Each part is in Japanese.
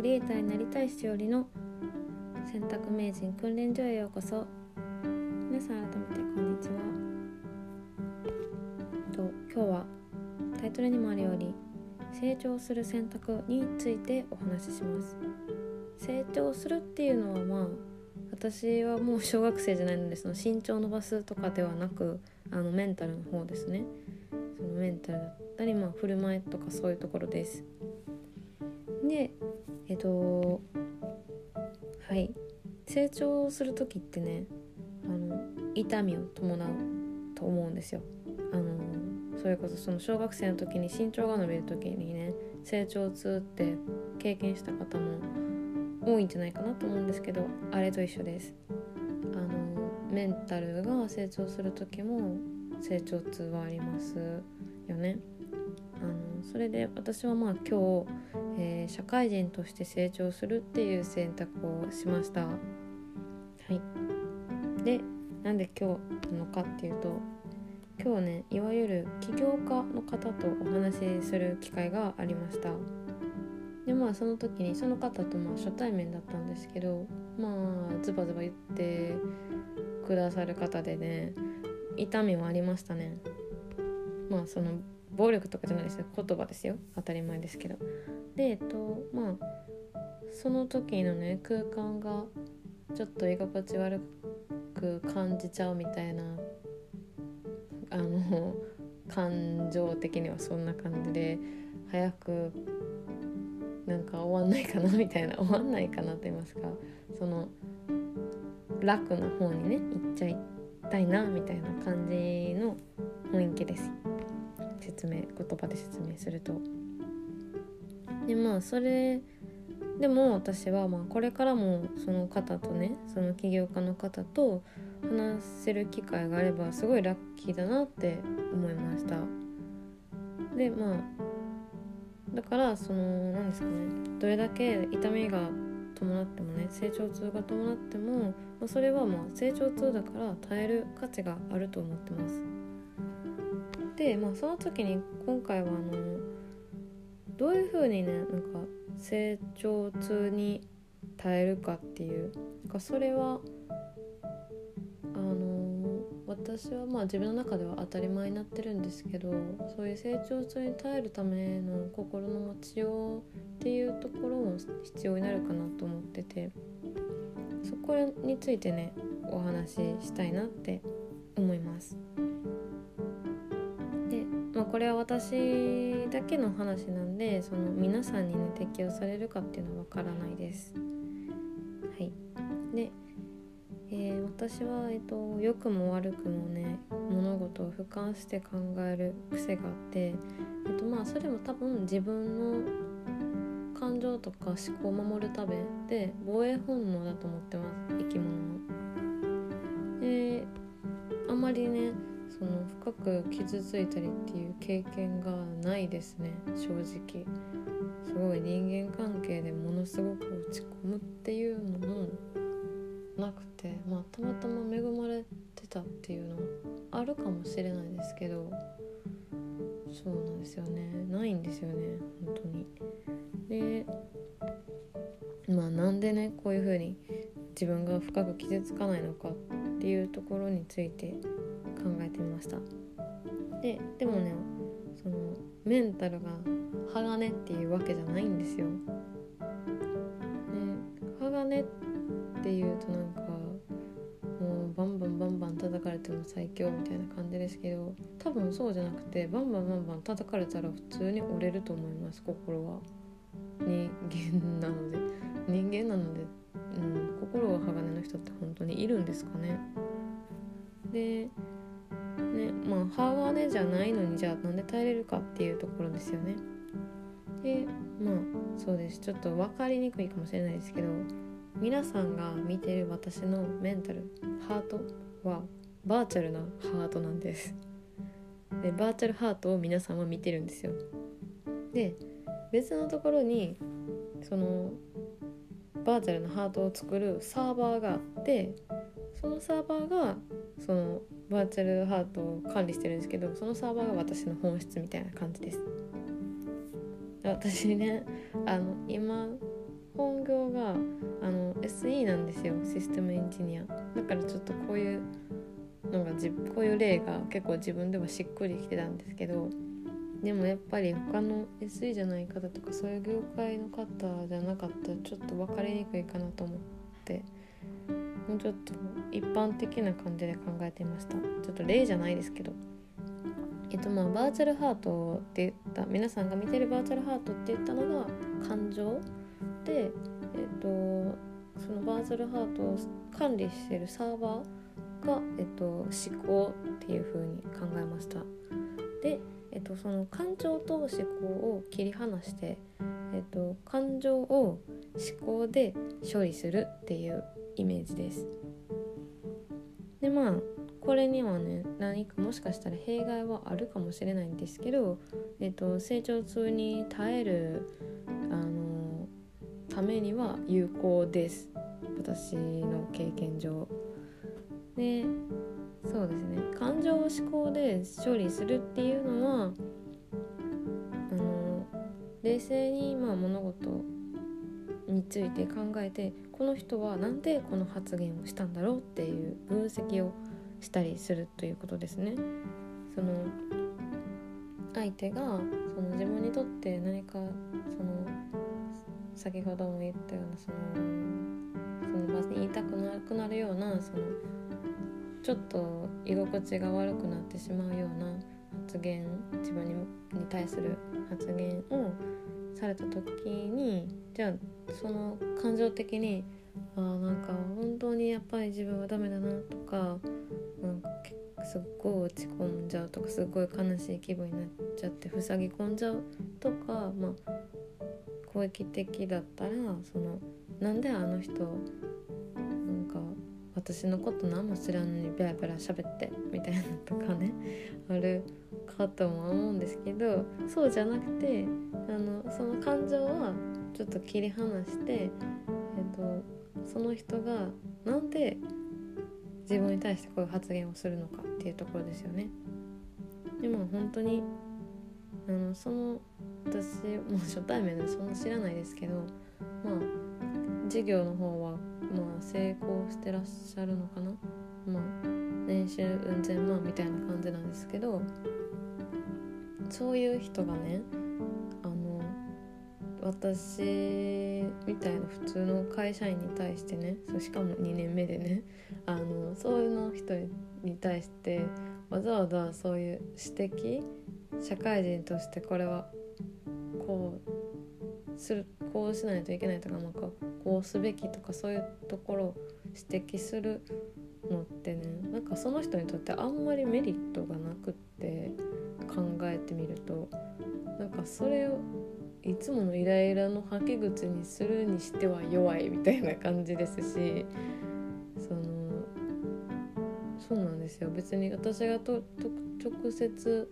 クリエイターになりたいしおりの選択名人訓練所へようこそ。皆さん改めてこんにちは。今日はタイトルにもあるように成長する選択についてお話しします。成長するっていうのは私はもう小学生じゃないので、その身長を伸ばすとかではなくメンタルの方ですね。そのメンタルだったり振る舞いとかそういうところです。で成長する時ってね痛みを伴うと思うんですよ。それこそその小学生の時に身長が伸びる時にね、成長痛って経験した方も多いんじゃないかなと思うんですけど、あれと一緒です。メンタルが成長する時も成長痛はありますよね。それで私は今日、社会人として成長するっていう選択をしました。で、なんで今日なのかっていうと、今日ね、いわゆる起業家の方とお話しする機会がありました。でその時にその方と初対面だったんですけど、ズバズバ言ってくださる方でね、痛みはありましたね。その暴力とかじゃないですよ、言葉ですよ、当たり前ですけど。でその時のね、空間がちょっと居心地悪く感じちゃうみたいな感情的にはそんな感じで、早く終わんないかなみたいな、終わんないかなと言いますか、その楽な方にね行っちゃいたいなみたいな感じの雰囲気です。言葉で説明すると。でそれでも私はこれからもその方とね、その起業家の方と話せる機会があればすごいラッキーだなって思いました。でだからなんですかね、どれだけ痛みが伴ってもね、成長痛が伴っても、それは成長痛だから耐える価値があると思ってます。でその時に今回はどういう風にね成長痛に耐えるかっていうそれは私は自分の中では当たり前になってるんですけど、そういう成長痛に耐えるための心の持ちようっていうところも必要になるかなと思ってて、そこについてねお話ししたいなって思います。でこれは私だけの話なんで、その皆さんにね適用されるかっていうのはわからないです。で私は、良くも悪くもね物事を俯瞰して考える癖があって、それも多分自分の感情とか思考を守るためで防衛本能だと思ってます、生き物の。あんまりね深く傷ついたりっていう経験がないですね、正直。すごい人間関係でものすごく落ち込むっていうのもなくて、たまたま恵まれてたっていうのはあるかもしれないですけど、そうなんですよね、ないんですよね本当に。でなんでねこういう風に自分が深く傷つかないのかっていうところについて考えてみました。でもね、そのメンタルが鋼っていうわけじゃないんですよ。鋼っていうともうバンバン叩かれても最強みたいな感じですけど、多分そうじゃなくてバンバン叩かれたら普通に折れると思います。心は人間なので、心が鋼の人って本当にいるんですかね。で鋼じゃないのにじゃあなんで耐えれるかっていうところですよね。でそうです、ちょっと分かりにくいかもしれないですけど、皆さんが見てる私のメンタルハートはバーチャルなハートなんです。でバーチャルハートを皆さんは見てるんですよ。で別のところにそのバーチャルなハートを作るサーバーがあって、そのサーバーがそのバーチャルハートを管理してるんですけど、そのサーバーが私の本質みたいな感じです。私ね今本業がSE なんですよ、システムエンジニアだから、ちょっとこういう例が結構自分ではしっくりきてたんですけど、でもやっぱり他の SE じゃない方とかそういう業界の方じゃなかったらちょっと分かりにくいかなと思って、もうちょっと一般的な感じで考えてみました。ちょっと例じゃないですけど、バーチャルハートって言った皆さんが見てるバーチャルハートって言ったのが感情で、そのバーチャルハートを管理しているサーバーが、思考っていう風に考えました。で、その感情と思考を切り離して、感情を思考で処理するっていうイメージです。でこれにはね、何かもしかしたら弊害はあるかもしれないんですけど、成長痛に耐えるためには有効です、私の経験上。で、そうですね、感情を思考で処理するっていうのは冷静に物事について考えて、この人はなんでこの発言をしたんだろうっていう分析をしたりするということですね。その相手がその自分にとって何か先ほども言ったようなその場に言いたくなくなるようなちょっと居心地が悪くなってしまうような発言、自分に対する発言をされた時に、じゃあその感情的になんか本当にやっぱり自分はダメだなとか、なんかすっごい落ち込んじゃうとか、すっごい悲しい気分になっちゃって塞ぎ込んじゃうとか、攻撃的だったらなんであの人なんか私のこと何も知らんのにベラベラ喋ってみたいなとかねあるかとも思うんですけど、そうじゃなくてその感情はちょっと切り離して、その人がなんで自分に対してこういう発言をするのかっていうところですよね。でも本当に私もう初対面でそんな知らないですけど、事業の方は成功してらっしゃるのかな、年収うん千万みたいな感じなんですけど、そういう人がね私みたいな普通の会社員に対してね、しかも2年目でねそういうの人に対してわざわざそういう指摘、社会人としてこれはこうしないといけないとか、こうすべきとか、そういうところを指摘するのってね、なんかその人にとってあんまりメリットがなくって、考えてみるとなんかそれをいつものイライラの吐き口にするにしては弱いみたいな感じですし、そうなんですよ。別に私が直接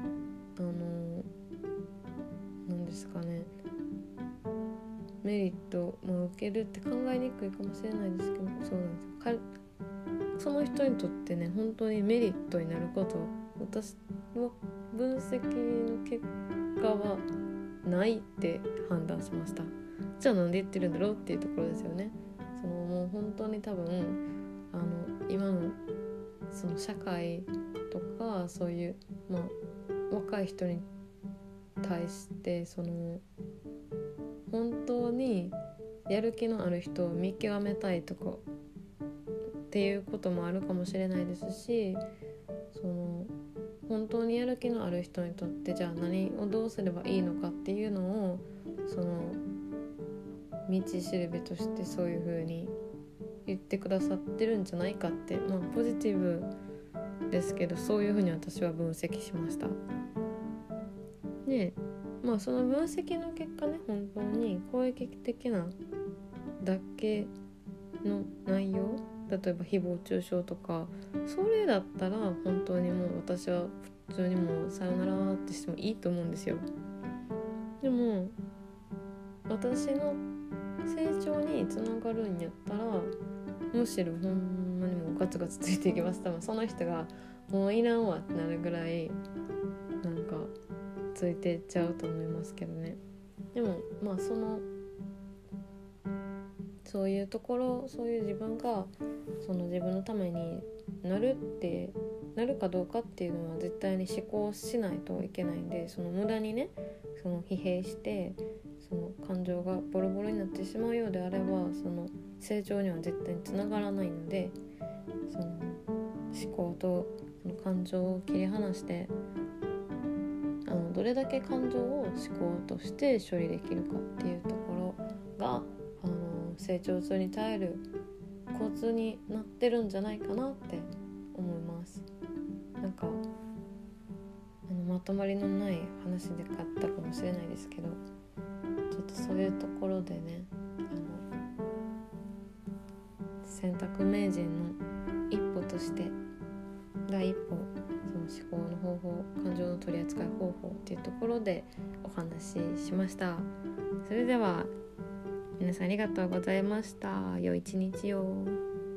なんですかね、メリットも受けるって考えにくいかもしれないですけど、そうなんですよ。その人にとってね、本当にメリットになること、私の分析の結果はないって判断しました。じゃあなんで言ってるんだろうっていうところですよね。もう本当に多分今のその社会とかそういう若い人に対して本当にやる気のある人を見極めたいとかっていうこともあるかもしれないですし、本当にやる気のある人にとってじゃあ何をどうすればいいのかっていうのを道しるべとしてそういう風に言ってくださってるんじゃないかって、ポジティブですけど、そういう風に私は分析しました。で、その分析の結果ね、本当に攻撃的なだけの内容、例えば誹謗中傷とか、それだったら本当にもう私は普通にもうさよならってしてもいいと思うんですよ。でも私の成長につながるんやったら、むしろほんまにもうガツガツついていきます。多分その人がもういらんわってなるぐらいなんかついていっちゃうと思いますけどね。でもそういうところ、そういう自分がその自分のためになるかどうかっていうのは絶対に思考しないといけないんで、その無駄にねその疲弊してその感情がボロボロになってしまうようであれば、その成長には絶対につながらないので、その思考とその感情を切り離して、どれだけ感情を思考として処理できるかっていうところが成長痛に耐えるコツになってるんじゃないかなって思います。なんかまとまりのない話でかったかもしれないですけど、ちょっとそういうところでね、選択名人の一歩として第一歩、その思考の方法、感情の取り扱い方法っていうところでお話ししました。それでは皆さんありがとうございました。良い一日を。